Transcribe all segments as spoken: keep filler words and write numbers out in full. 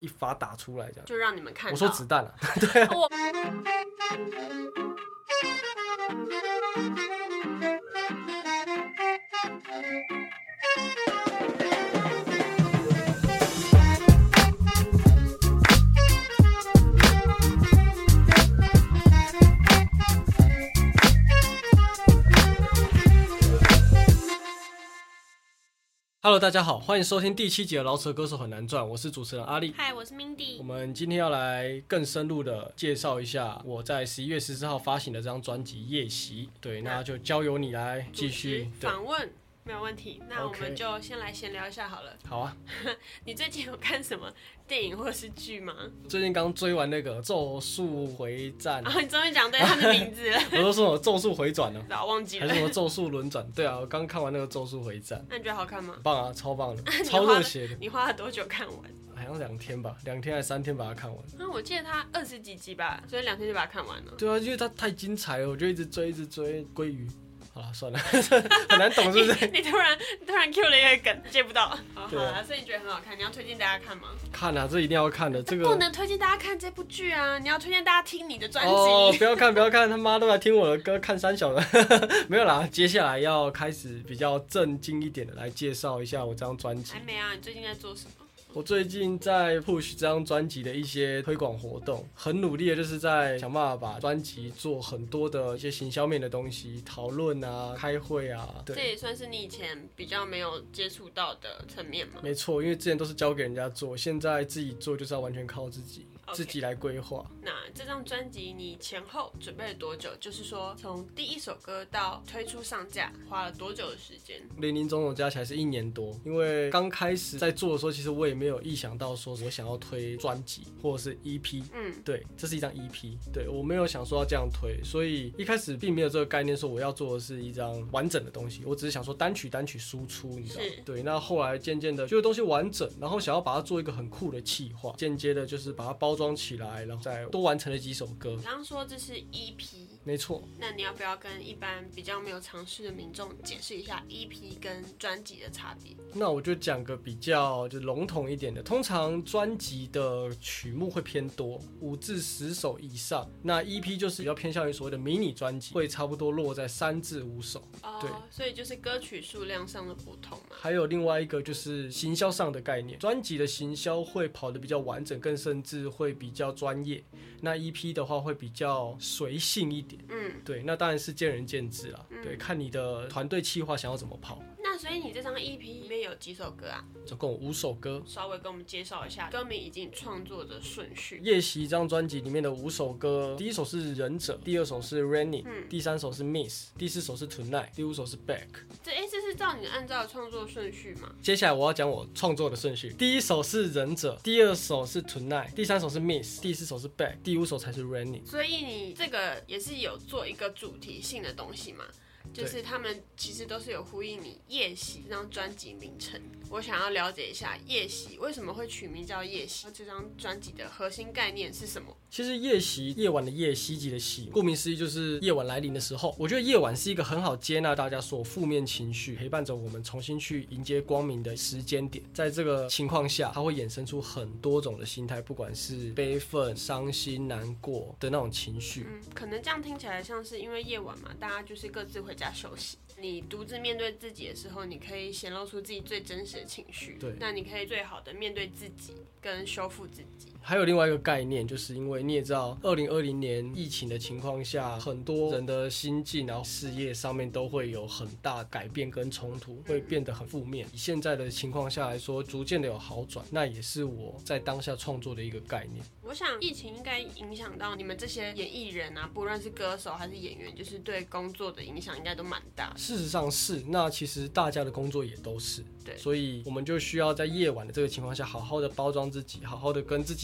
一发打出来这样， 就让你们看到。 我说子弹啊，对啊。Hello， 大家好，欢迎收听第七集的《饶舌歌手很难赚》，我是主持人阿力。 嗨，我是 Mindy。 我们今天要来更深入的介绍一下我在十一月十四号发行的这张专辑《夜袭》。对，那就交由你来继续访问。没有问题，那我们就先来闲聊一下好了。 好啊。 你最近有看什么电影或是剧吗？ 最近刚追完那个《咒术回战》 啊，你终于讲对他的名字了。 我都说我《咒术回转》了， 早忘记了。 还是什么《咒术轮转》？对啊，我刚看完那个《咒术回战》。 那你觉得好看吗？ 很棒啊，超棒的，超热血的。 你花了多久看完？ 好像两天吧，两天还是三天把它看完。 那、啊、我记得它二十几集吧，所以两天就把它看完了。 对啊，因为它太精彩了，我就一直追，一直追。鲑鱼。好了，算了，很难懂，是不是？ 你, 你突然突然 Q 了一个梗，接不到。好了，所以你觉得很好看，你要推荐大家看吗？ 看啊，这一定要看的。这个不能推荐大家看这部剧啊，你要推荐大家听你的专辑。 哦，不要看，不要看，他妈都来听我的歌，看三小的。没有啦，接下来要开始比较正经一点的来介绍一下我这张专辑。 还没啊？你最近在做什么？ 我最近在 push 这张专辑的一些推广活动，很努力的就是在想办法把专辑做很多的一些行销面的东西，讨论啊，开会啊。对， 这也算是你以前比较没有接触到的层面吗？ 没错，因为之前都是交给人家做，现在自己做就是要完全靠自己。Okay. 自己来规划。 那这张专辑你前后准备了多久？就是说从第一首歌到推出上架花了多久的时间？ 林林总总加起来是一年多。因为刚开始在做的时候，其实我也没有意想到说我想要推专辑或者是 E P。嗯，对，这是一张 E P。对，我没有想说要这样推，所以一开始并没有这个概念说我要做的是一张完整的东西。我只是想说单曲单曲输出，你知道吗？对，那后来渐渐的觉得东西完整，然后想要把它做一个很酷的企划，间接的就是把它包装起来，然后再多完成了几首歌。 你刚刚说这是 E P， 没错。 那你要不要跟一般比较没有尝试的民众解释一下 E P 跟专辑的差别？ 那我就讲个比较就笼统一点的。通常专辑的曲目会偏多，五至十首以上。那 E P 就是比较偏向于所谓的迷你专辑，会差不多落在三至五首。 哦，对，所以就是歌曲数量上的不同嘛。 还有另外一个就是行销上的概念，专辑的行销会跑得比较完整，更甚至会比较专业。那 E P 的话会比较随性一点。嗯，对，那当然是见仁见智啦。嗯、对，看你的团队企划想要怎么跑。 那所以你这张 E P 里面有几首歌啊？ 总共五首歌。 稍微跟我们介绍一下歌名以及创作的顺序。 夜袭这张专辑里面的五首歌，第一首是忍者，第二首是 Raining，、嗯、第三首是 Miss， 第四首是 Tonight， 第五首是 Back。 这哎，这是照你按照创作顺序吗？ 接下来我要讲我创作的顺序。第一首是忍者，第二首是 Tonight， 第三首是 Miss， 第四首是 Back， 第五首才是 Raining。 所以你这个也是有做一个主题性的东西吗？就是他们其实都是有呼应你夜袭这张专辑名称。我想要了解一下夜袭为什么会取名叫夜袭，这张专辑的核心概念是什么？ 其实夜袭，夜晚的夜，袭击的袭，顾名思义就是夜晚来临的时候。我觉得夜晚是一个很好接纳大家所负面情绪，陪伴着我们重新去迎接光明的时间点。在这个情况下，它会衍生出很多种的心态，不管是悲愤、伤心、难过的那种情绪。 嗯，可能这样听起来像是因为夜晚嘛，大家就是各自回家休息。你独自面对自己的时候，你可以显露出自己最真实的情绪。对，那你可以最好的面对自己，跟修复自己。 还有另外一个概念，就是因为你也知道，二零二零年疫情的情况下，很多人的心境然后事业上面都会有很大改变跟冲突，会变得很负面。以现在的情况下来说，逐渐的有好转，那也是我在当下创作的一个概念。 我想疫情应该影响到你们这些演艺人啊，不论是歌手还是演员，就是对工作的影响应该都蛮大的。 事实上是，那其实大家的工作也都是。 对， 所以我们就需要在夜晚的这个情况下，好好的包装自己，好好的跟自己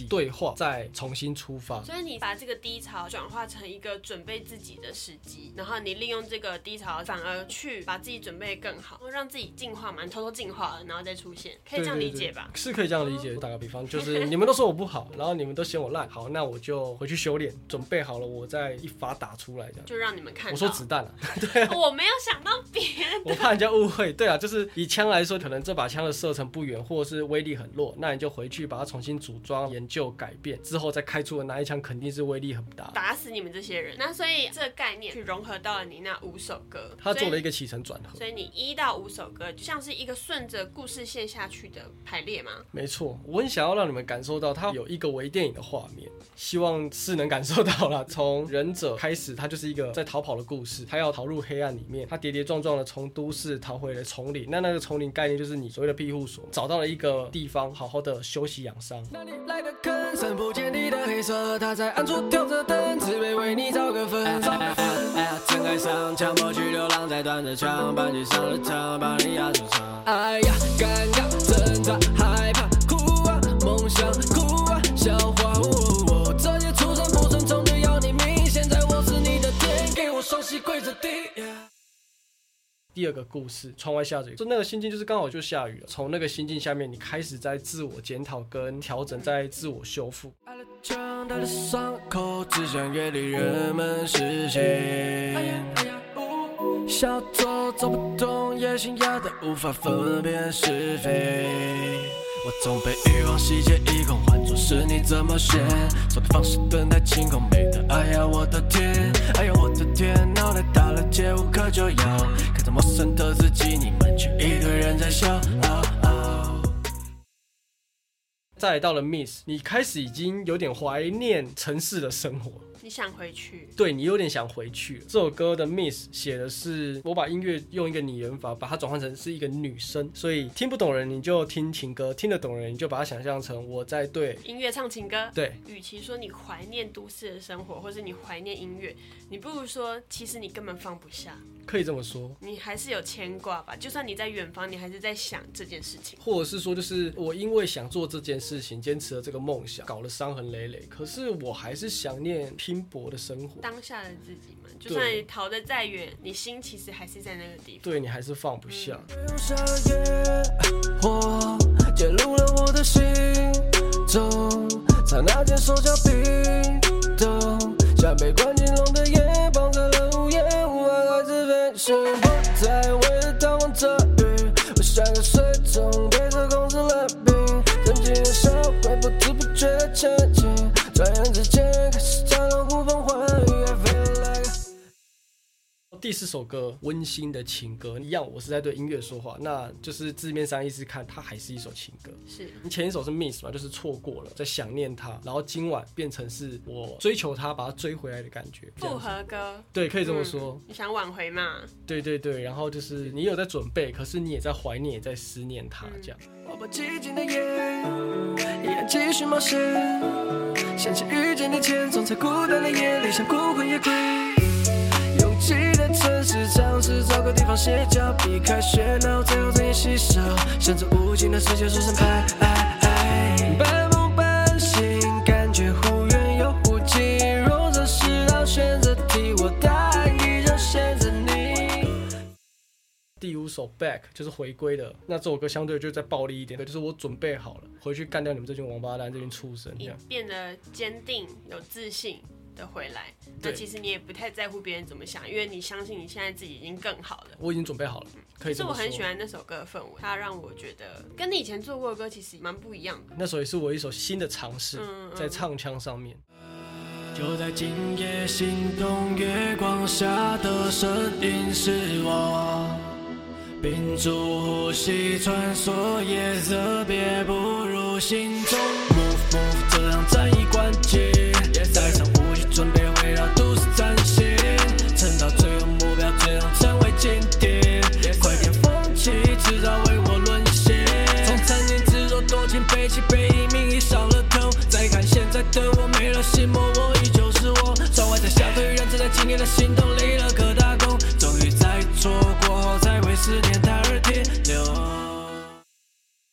对话，再重新出发。 所以你把这个低潮转化成一个准备自己的时机，然后你利用这个低潮反而去把自己准备更好，让自己进化嘛，你偷偷进化了，然后再出现，可以这样理解吧？ 对对对，是可以这样理解。打个比方，就是你们都说我不好，然后你们都嫌我烂，好，那我就回去修炼，准备好了，我再一发打出来，这样就让你们看到。 我说子弹啊，对啊， 我没有想到别的， 我怕人家误会。对啊，就是以枪来说，可能这把枪的射程不远，或者是威力很弱，那你就回去把它重新组装、研究、改变之后再开出的那一枪，肯定是威力很大， 打死你们这些人。那所以这个概念去融合到了你那五首歌， 他做了一个起承转合。 所以你一到五首歌就像是一个顺着故事线下去的排列吗？ 没错，我很想要让你们感受到它有一个微电影的画面，希望是能感受到啦。从忍者开始，它就是一个在逃跑的故事，他要逃入黑暗里面，他跌跌撞撞的从都市逃回了丛林。那那个丛林概念就是你所谓的庇护所，找到了一个地方好好的休息养伤。哪里来的坑，深不见底的黑色，他在暗处挑着灯，只为为你找个分。 哎呀，真爱上强迫去流浪，在端着枪，班级上了膛，把你压住场。哎呀，尴尬，挣扎，害怕，哭啊，梦想，哭啊，笑话。哦，这些出身不成重就要你命，现在我是你的天，给我双膝跪着地。 第二个故事，窗外下着雨，就那个心境就是刚好就下雨了。从那个心境下面，你开始在自我检讨跟调整，在自我修复。 挨了枪，带了伤口，只想远离人们视线。小走走不动，野心压得无法分辨是非。我总被欲望洗劫一空，换作是你怎么选？手的方式等待晴空，美的哎呀我的天，哎呀我的天，脑袋大了解无可救药，看着陌生的自己，你们却一堆人在笑。哦哦再来到了 Miss， 你开始已经有点怀念城市的生活。 你想回去？ 对，你有点想回去。这首歌的 Miss 写的是，我把音乐用一个拟人法，把它转换成是一个女生，所以听不懂人你就听情歌，听得懂人你就把它想象成我在对音乐唱情歌。 对， 与其说你怀念都市的生活，或是你怀念音乐，你不如说其实你根本放不下。 可以这么说， 你还是有牵挂吧？就算你在远方，你还是在想这件事情， 或者是说，就是我因为想做这件事情，坚持了这个梦想，搞了伤痕累累，可是我还是想念拼搏的生活， 当下的自己们。就算你逃得再远，你心其实还是在那个地方， 对你还是放不下。 火揭露了我的心中，刹那间手脚冰冻，像被关进笼的眼，绑在了屋檐，无爱孩子飞行，我在为了逃亡着雨，我像个水中被这控制了病，曾经的小鬼不知不觉的前进，转眼之间开始讲了呼风唤雨。 第四首歌温馨的情歌，一样我是在对音乐说话，那就是字面上意思看它还是一首情歌。 是前一首是 Miss 嘛，就是错过了，在想念它，然后今晚变成是我追求它，把它追回来的感觉。 复合歌， 对，可以这么说。 嗯、你想挽回嘛？ 对对对，然后就是你有在准备，可是你也在怀念，也在思念它，这样。 我把寂静的夜一样继续冒险，想起遇见你前，总在孤单的夜里像孤魂野鬼。拥挤的城市，尝试找个地方歇脚，避开喧闹，最后睁眼洗手，向着无尽的世界说声拜。半梦半醒，感觉忽远又忽近。若这是道选择题，我答案依旧选择你。 第五首 Back 就是回归的，那这首歌相对就再暴力一点，就是我准备好了回去干掉你们这群王八蛋，这群畜生，这样变得坚定有自信的回来。那其实你也不太在乎别人怎么想，因为你相信你现在自己已经更好了。 我已经准备好了，可以这么说。 其实我很喜欢那首歌的氛围，它让我觉得跟你以前做过的歌其实蛮不一样的。 那首也是我一首新的尝试，嗯嗯在唱腔上面。 就在今夜，心动月光下的声音是我。屏住呼吸，穿梭夜色，别步入心中。Move move， 这场战役关键，带上武器准备围绕都市战线，撑到最后目标，最终成为经典。快点放弃，迟早为我沦陷。从残念执着躲进背弃，被一名医上了头。再看现在的我，没了心魔，我依旧是我。窗外在下退，人正在今年的心动，立了个大功，终于在错过后才为思念它而停留。 我自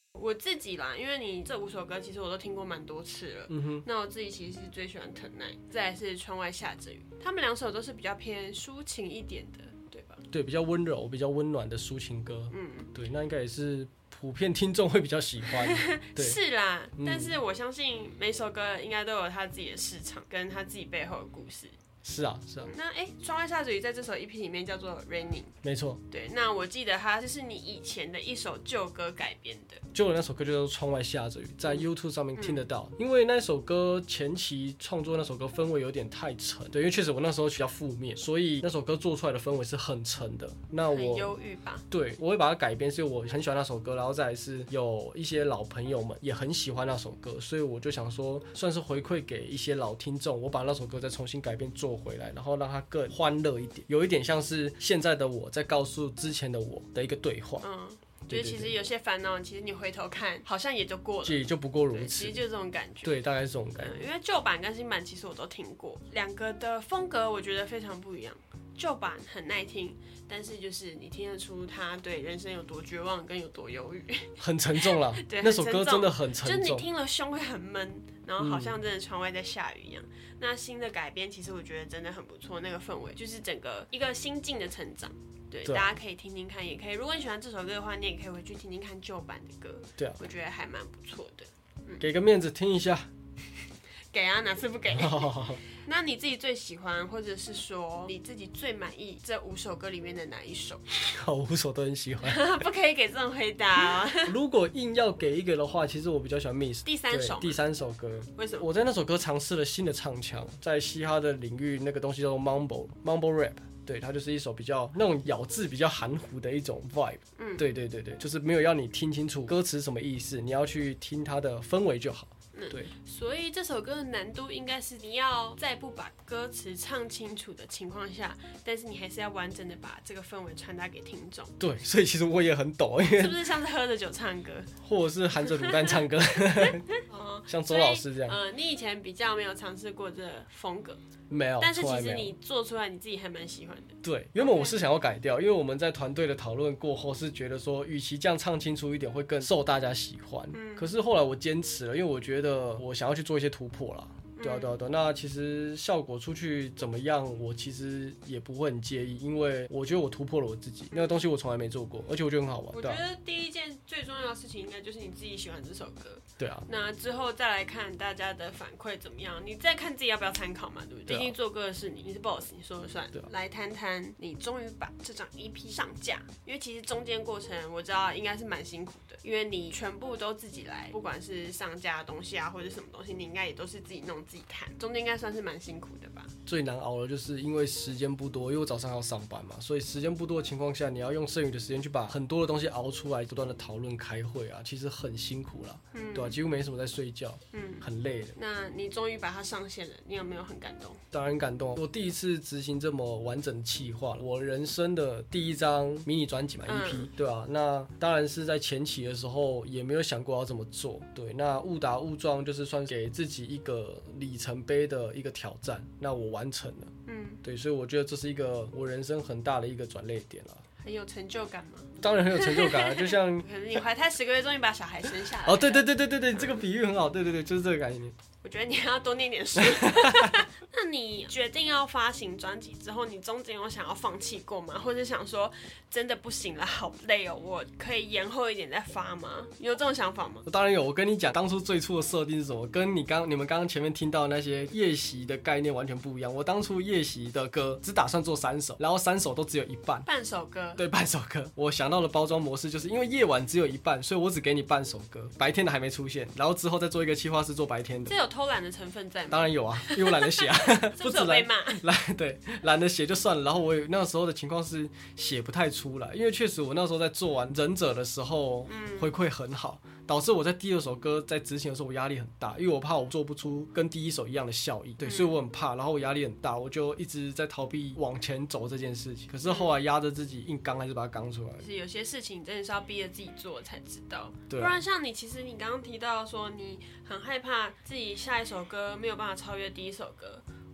自己啦，因为你这五首歌其实我都听过蛮多次了。嗯哼。那我自己其实是最喜欢《藤奈》，再来是《窗外下着雨》，他们两首都是比较偏抒情一点的，对吧？ 对，比较温柔、比较温暖的抒情歌。嗯，对，那应该也是普遍听众会比较喜欢。对， 是啦、嗯，但是我相信每首歌应该都有他自己的市场，跟他自己背后的故事。 是啊，是啊。 那哎，《窗外下着雨》在这首 E P 里面叫做 Raining， 没错。 对，那我记得它就是你以前的一首旧歌改编的。 旧的那首歌就叫做《窗外下着雨》，在 YouTube 上面听得到。嗯、因为那首歌前期创作那首歌氛围有点太沉，对，因为确实我那时候比较负面，所以那首歌做出来的氛围是很沉的。那我很忧郁吧？ 对，我会把它改编，是因为我很喜欢那首歌，然后再来是有一些老朋友们也很喜欢那首歌，所以我就想说，算是回馈给一些老听众，我把那首歌再重新改编做回来，然后让它更欢乐一点，有一点像是现在的我在告诉之前的我的一个对话。 嗯，就是其实有些烦恼，其实你回头看，好像也就过了， 也就不过如此。 其实就是这种感觉。 对，大概是这种感觉。 嗯、因为旧版跟新版其实我都听过，两个的风格我觉得非常不一样。旧版很耐听，但是就是你听得出他对人生有多绝望跟有多忧郁， 很沉重啦。对，那首歌真的很沉重， 就是你听了胸会很闷，然后好像真的窗外在下雨一样。嗯、那新的改编其实我觉得真的很不错，那个氛围就是整个一个心境的成长。对，对大家可以听听看，也可以。如果你喜欢这首歌的话，你也可以回去听听看旧版的歌。对啊，我觉得还蛮不错的。 嗯、给个面子听一下。 给啊，哪次不给？那你自己最喜欢，或者是说你自己最满意这五首歌里面的哪一首？ 我五首都很喜欢。 不可以给这种回答、哦。 如果硬要给一个的话，其实我比较喜欢 Miss 第三首。 第三首歌。 为什么？ 我在那首歌尝试了新的唱腔，在嘻哈的领域，那个东西叫做 Mumble Mumble Rap。对，它就是一首比较那种咬字比较含糊的一种 vibe。嗯，对对对对，就是没有要你听清楚歌词什么意思，你要去听它的氛围就好。嗯，对， 所以这首歌的难度应该是你要在不把歌词唱清楚的情况下，但是你还是要完整的把这个氛围传达给听众。 对，所以其实我也很抖，因为是不是像是喝着酒唱歌， 或者是含着卤蛋唱歌，哦、像周老师这样。 呃，你以前比较没有尝试过这风格。 没有， 但是其实你做出来你自己还蛮喜欢的。 对，原本我是想要改掉，因为我们在团队的讨论过后是觉得说，与其这样唱清楚一点，会更受大家喜欢。嗯、可是后来我坚持了，因为我觉得我想要去做一些突破啦。对啊，对啊，对啊。那其实效果出去怎么样，我其实也不会很介意，因为我觉得我突破了我自己，那个东西我从来没做过，而且我觉得很好玩。 我觉得第一件最重要的事情，应该就是你自己喜欢这首歌。 对啊。 那之后再来看大家的反馈怎么样，你再看自己要不要参考嘛，对不对？毕竟、啊、做歌的是你，你是 boss， 你说了算。对、啊。来谈谈你终于把这张 E P 上架，因为其实中间过程我知道应该是蛮辛苦的，因为你全部都自己来，不管是上架的东西啊，或者什么东西，你应该也都是自己弄自己弹，中间应该算是蛮辛苦的吧。 最难熬的就是因为时间不多，因为我早上还要上班嘛，所以时间不多的情况下，你要用剩余的时间去把很多的东西熬出来，不断的讨论开会啊，其实很辛苦啦。嗯，对啊，几乎没什么在睡觉，嗯，很累的。 那你终于把它上线了，你有没有很感动？ 当然很感动，我第一次执行这么完整的企划，我人生的第一张迷你专辑嘛 ，E P，、嗯、对啊，那当然是在前期的时候也没有想过要这么做，对，那误打误撞就是算给自己一个里程碑的一个挑战，那我完成了，嗯，对，所以我觉得这是一个我人生很大的一个转捩点啦。 很有成就感吗？ 当然很有成就感啊，就像可能你怀胎十个月终于把小孩生下来。 哦，对对对对对对，这个比喻很好，对对对，就是这个概念。 我觉得你还要多念点书。那你决定要发行专辑之后，你中间有想要放弃过吗？或者想说真的不行了，好累哦，我可以延后一点再发吗？你有这种想法吗？ 当然有，我跟你讲，当初最初的设定是什么，跟你刚你们刚刚前面听到的那些夜袭的概念完全不一样。我当初夜袭的歌只打算做三首，然后三首都只有一半， 半首歌。 对，半首歌。我想到的包装模式就是因为夜晚只有一半，所以我只给你半首歌，白天的还没出现，然后之后再做一个企划是做白天的。 这有偷懒的成分在吗？ 当然有啊，因为我懒得写啊， 不止被骂， 懒对懒得写就算了。然后我那个时候的情况是写不太出来，因为确实我那时候在做完忍者的时候，嗯、回馈很好，导致我在第二首歌在执行的时候我压力很大，因为我怕我做不出跟第一首一样的效益，对，嗯、所以我很怕，然后我压力很大，我就一直在逃避往前走这件事情。可是后来压着自己硬刚，还是把它刚出来。 其实有些事情真的是要逼着自己做才知道，对、啊，不然像你，其实你刚刚提到说你很害怕自己下一首歌没有办法超越第一首歌。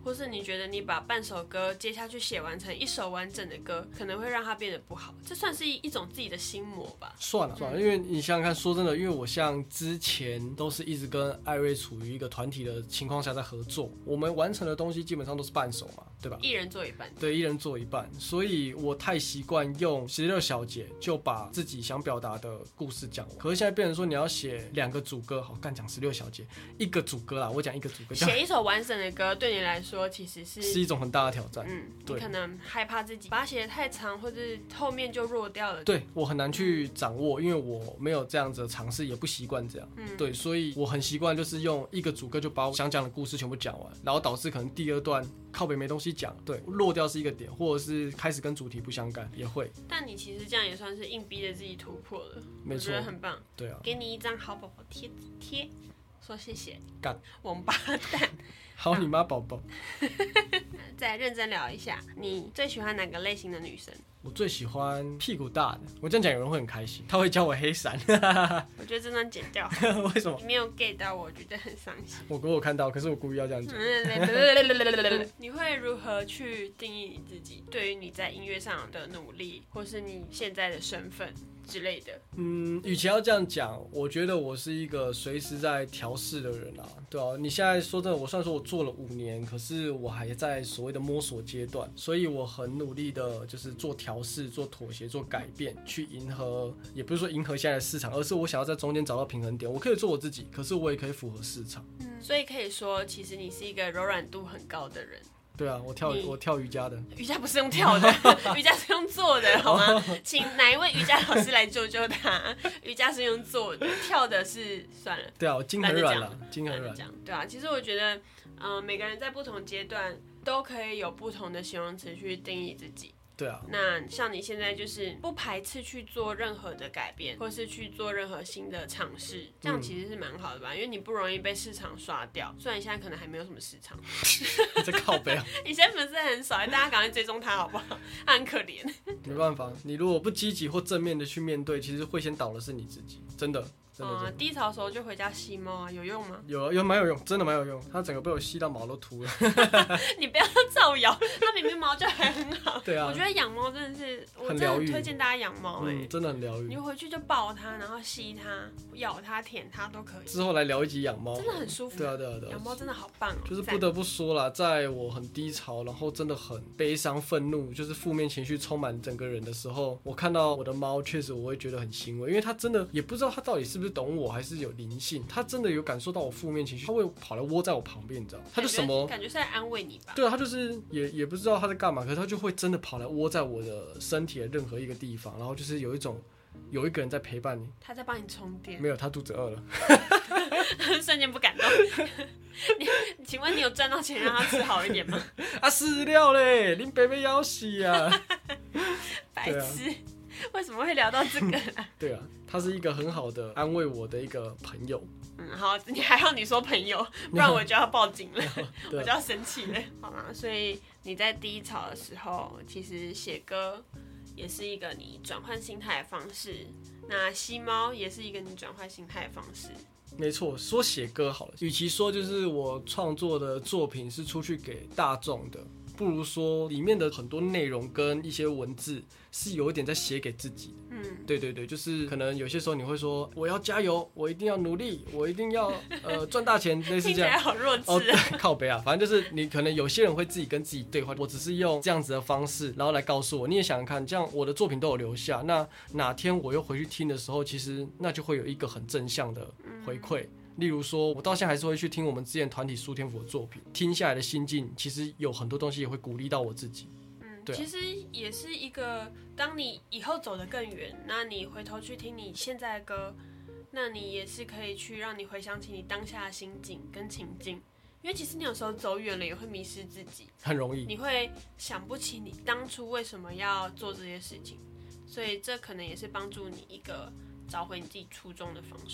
或是你觉得你把半首歌接下去写完成一首完整的歌，可能会让它变得不好，这算是一种自己的心魔吧。 算了算了，因为你想想看，说真的，因为我像之前都是一直跟艾瑞处于一个团体的情况下在合作，我们完成的东西基本上都是半首嘛，对吧？ 一人做一半。 对，一人做一半，所以我太习惯用十六小节就把自己想表达的故事讲完。可是现在变成说你要写两个主歌，好干讲十六小节，一个主歌啦，我讲一个主歌， 写一首完整的歌对你来说其实是是一种很大的挑战。 嗯，你可能害怕自己把它写得太长，或者后面就弱掉了。 对，我很难去掌握，因为我没有这样子的尝试，也不习惯这样。嗯，对，所以我很习惯就是用一个主歌就把我想讲的故事全部讲完，然后导致可能第二段靠北没东西讲，对，落掉是一个点，或者是开始跟主题不相干也会。 但你其实这样也算是硬逼着自己突破了， 没错， 我觉得很棒。 对啊， 给你一张好宝宝贴纸贴，说谢谢。 干， 王八蛋。 好你妈宝宝。 再认真聊一下，你最喜欢哪个类型的女生？ 我最喜欢屁股大的，我这样讲有人会很开心，他会叫我黑闪。 我觉得这段剪掉。 为什么？ 你没有 get 到，我觉得很伤心。 我我有看到，可是我故意要这样讲。 你会如何去定义你自己？对于你在音乐上的努力，或是你现在的身份之类的？ 嗯，与其要这样讲，我觉得我是一个随时在调试的人啊，对啊。你现在说真的，我虽然说我做了五年，可是我还在所谓的摸索阶段，所以我很努力的，就是做调试、做妥协、做改变，去迎合，也不是说迎合现在的市场，而是我想要在中间找到平衡点。我可以做我自己，可是我也可以符合市场。 嗯，所以可以说，其实你是一个柔软度很高的人。 对啊，我跳我跳瑜伽的， 瑜伽不是用跳的，瑜伽是用做的，好吗？请哪一位瑜伽老师来救救他？瑜伽是用做的，跳的是算了。 对啊，我筋很软了，筋很软。 对啊，其实我觉得，嗯、呃，每个人在不同阶段都可以有不同的形容词去定义自己。 对啊， 那像你现在就是不排斥去做任何的改变，或是去做任何新的尝试，这样其实是蛮好的吧？嗯、因为你不容易被市场刷掉。虽然你现在可能还没有什么市场， 你在靠北啊！ 你现在粉丝很少，大家赶快追踪他好不好？他很可怜。 没办法，你如果不积极或正面的去面对，其实会先倒的是你自己，真的。 嗯，低潮的时候就回家吸猫啊，有用吗？ 有有蛮有用，真的蛮有用。它整个被我吸到毛都秃了。 你不要造谣，它明明毛就还很好。 对啊， 我觉得养猫真的是，我真的很推荐大家养猫哎、欸嗯， 真的很疗愈。 你回去就抱它，然后吸它、咬它、舔它都可以。 之后来聊一集养猫， 真的很舒服。 对啊对啊对啊， 养猫真的好棒哦。 就是不得不说啦，在我很低潮，然后真的很悲伤、愤怒，就是负面情绪充满整个人的时候，我看到我的猫，确实我会觉得很欣慰，因为它真的也不知道它到底是不是懂我，还是有灵性，他真的有感受到我负面情绪，他会跑来窝在我旁边，你知道，他就什么感觉是在安慰你吧？ 对啊，他就是也也不知道他在干嘛，可是他就会真的跑来窝在我的身体的任何一个地方，然后就是有一种有一个人在陪伴你， 他在帮你充电。 没有，他肚子饿了， 瞬间不敢动。你请问你有赚到钱让他吃好一点吗？ 啊，饲料嘞，恁爸爸要死啊！ 白痴。为什么会聊到这个啊？ 对啊，他是一个很好的安慰我的一个朋友。 嗯，好，你还好你说朋友，不然我就要报警了，我就要生气了。好啦，所以你在低潮的时候，其实写歌也是一个你转换心态的方式。那吸猫也是一个你转换心态的方式。 没错，说写歌好了，与其说就是我创作的作品是出去给大众的，不如说里面的很多内容跟一些文字是有一点在写给自己的。嗯，对对对，就是可能有些时候你会说我要加油，我一定要努力，我一定要呃赚大钱，类似这样。听起来好弱智啊！ 哦，对，靠北啊，反正就是你可能有些人会自己跟自己对话，我只是用这样子的方式，然后来告诉我，你也想想看，这样我的作品都有留下，那哪天我又回去听的时候，其实那就会有一个很正向的回馈。嗯，例如说，我到现在还是会去听我们之前团体苏天福的作品，听下来的心境，其实有很多东西也会鼓励到我自己。 嗯，对啊，其实也是一个，当你以后走得更远，那你回头去听你现在的歌，那你也是可以去让你回想起你当下的心境跟情境。因为其实你有时候走远了也会迷失自己， 很容易， 你会想不起你当初为什么要做这些事情，所以这可能也是帮助你一个找回你自己初衷的方式吧。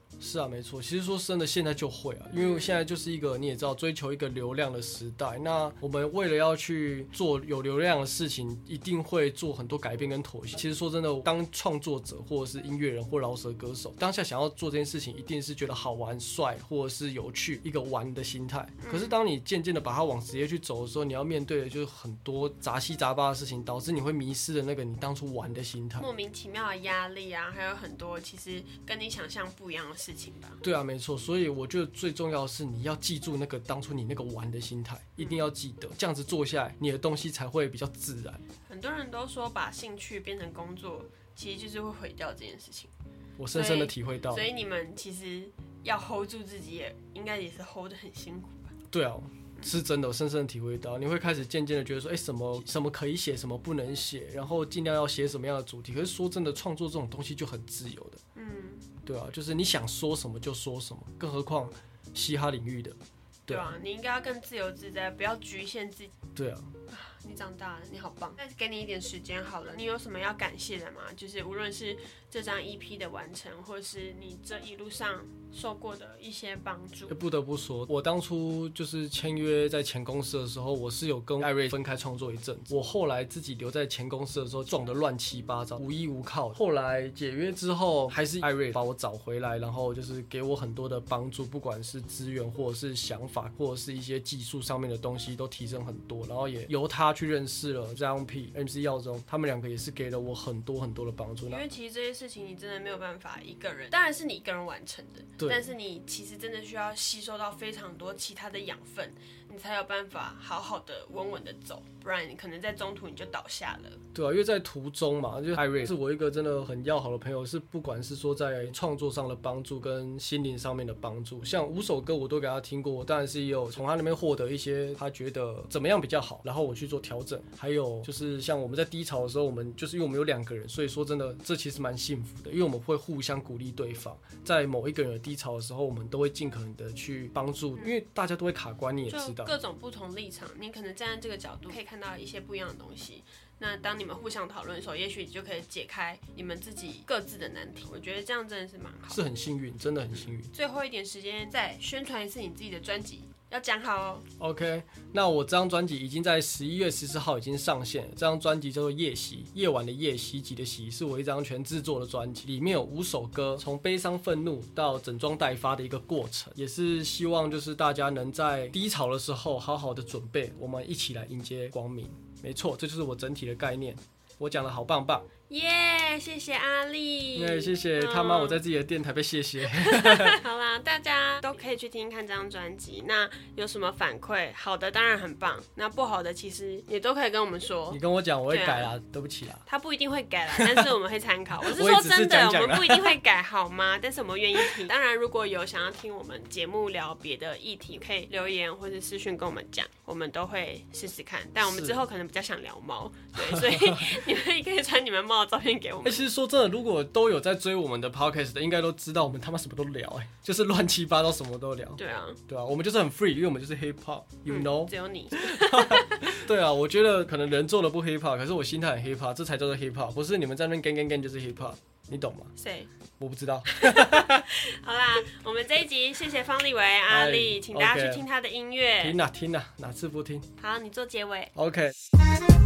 是啊，没错。其实说真的，现在就会啊，因为现在就是一个你也知道，追求一个流量的时代。那我们为了要去做有流量的事情，一定会做很多改变跟妥协。其实说真的，当创作者或者是音乐人或饶舌歌手，当下想要做这件事情，一定是觉得好玩、帅或者是有趣，一个玩的心态。可是当你渐渐的把它往职业去走的时候，你要面对的就是很多杂七杂八的事情，导致你会迷失了那个你当初玩的心态， 莫名其妙的压力啊，还有很多其实跟你想象不一样的事情吧。 对啊，没错。所以我觉得最重要的是你要记住那个当初你那个玩的心态，一定要记得，这样子做下来，你的东西才会比较自然。 很多人都说把兴趣变成工作，其实就是会毁掉这件事情。 我深深的体会到。 所以，所以你们其实要 hold 住自己也，应该也是 hold 得很辛苦吧？ 对啊。是真的，我深深的体会到，你会开始渐渐的觉得说，哎、欸，什么什么可以写，什么不能写，然后尽量要写什么样的主题。可是说真的，创作这种东西就很自由的，嗯，对啊，就是你想说什么就说什么，更何况嘻哈领域的， 对啊，你应该要更自由自在，不要局限自己。 对啊。 你长大了，你好棒！再给你一点时间好了，你有什么要感谢的吗？就是无论是这张 E P 的完成，或是你这一路上受过的一些帮助。不得不说，我当初就是签约在前公司的时候，我是有跟艾瑞分开创作一阵子。我后来自己留在前公司的时候，撞得乱七八糟，无依无靠。后来解约之后，还是艾瑞把我找回来，然后就是给我很多的帮助，不管是资源或者是想法，或者是一些技术上面的东西都提升很多。然后也由他去认识了 Zion P、M C 耀宗，他们两个也是给了我很多很多的帮助。 因为其实这些事情你真的没有办法一个人，当然是你一个人完成的，对，但是你其实真的需要吸收到非常多其他的养分，你才有办法好好的稳稳的走，不然你可能在中途你就倒下了。 对啊，因为在途中嘛，就是艾瑞是我一个真的很要好的朋友，是不管是说在创作上的帮助跟心灵上面的帮助，像五首歌我都给他听过，我当然是也有从他那边获得一些他觉得怎么样比较好，然后我去做调整。还有就是像我们在低潮的时候，我们就是因为我们有两个人，所以说真的这其实蛮幸福的，因为我们会互相鼓励对方，在某一个人的低潮的时候，我们都会尽可能的去帮助，因为大家都会卡关，你也知道， 各种不同立场，你可能站在这个角度可以看到一些不一样的东西。那当你们互相讨论的时候，也许就可以解开你们自己各自的难题。我觉得这样真的是蛮好的， 是很幸运，真的很幸运。 最后一点时间再宣传一次你自己的专辑。要讲好哦。 OK， 那我这张专辑已经在十一月十四号已经上线了。这张专辑叫做《夜袭》，夜晚的夜，袭击的袭，是我一张全制作的专辑，里面有五首歌，从悲伤、愤怒到整装待发的一个过程，也是希望就是大家能在低潮的时候好好的准备，我们一起来迎接光明。没错，这就是我整体的概念。我讲的好棒棒。 耶、yeah, 谢谢阿力。 耶、yeah, 谢谢、嗯、他妈，我在自己的电台被谢谢。 好啦，大家都可以去听听看这张专辑。那有什么反馈？好的当然很棒，那不好的其实也都可以跟我们说。 你跟我讲，我会改啦、啊，对不起啦。 他不一定会改啦，但是我们会参考。我是说真的，我, 講講我们不一定会改，好吗？但是我们愿意听。当然，如果有想要听我们节目聊别的议题，可以留言或是私讯跟我们讲，我们都会试试看。但我们之后可能比较想聊猫，对，所以你们也可以传你们猫的照片给我们。 欸、其实说真的，如果都有在追我们的 podcast 的，应该都知道我们他妈什么都聊、欸，哎，就是乱七八糟什么都聊。 对啊， 对啊，我们就是很 free， 因为我们就是 hip hop，you know、嗯。 只有你。 对啊，我觉得可能人做的不 hip hop， 可是我心态很 hip hop， 这才叫做 hip hop， 不是你们在那边 gang gang gang 就是 hip hop， 你懂吗？ 谁？ 我不知道。 好啦，我们这一集谢谢方力维阿力，请大家去听他的音乐。 听啊听啊，哪次不听？ 好，你做结尾。 OK。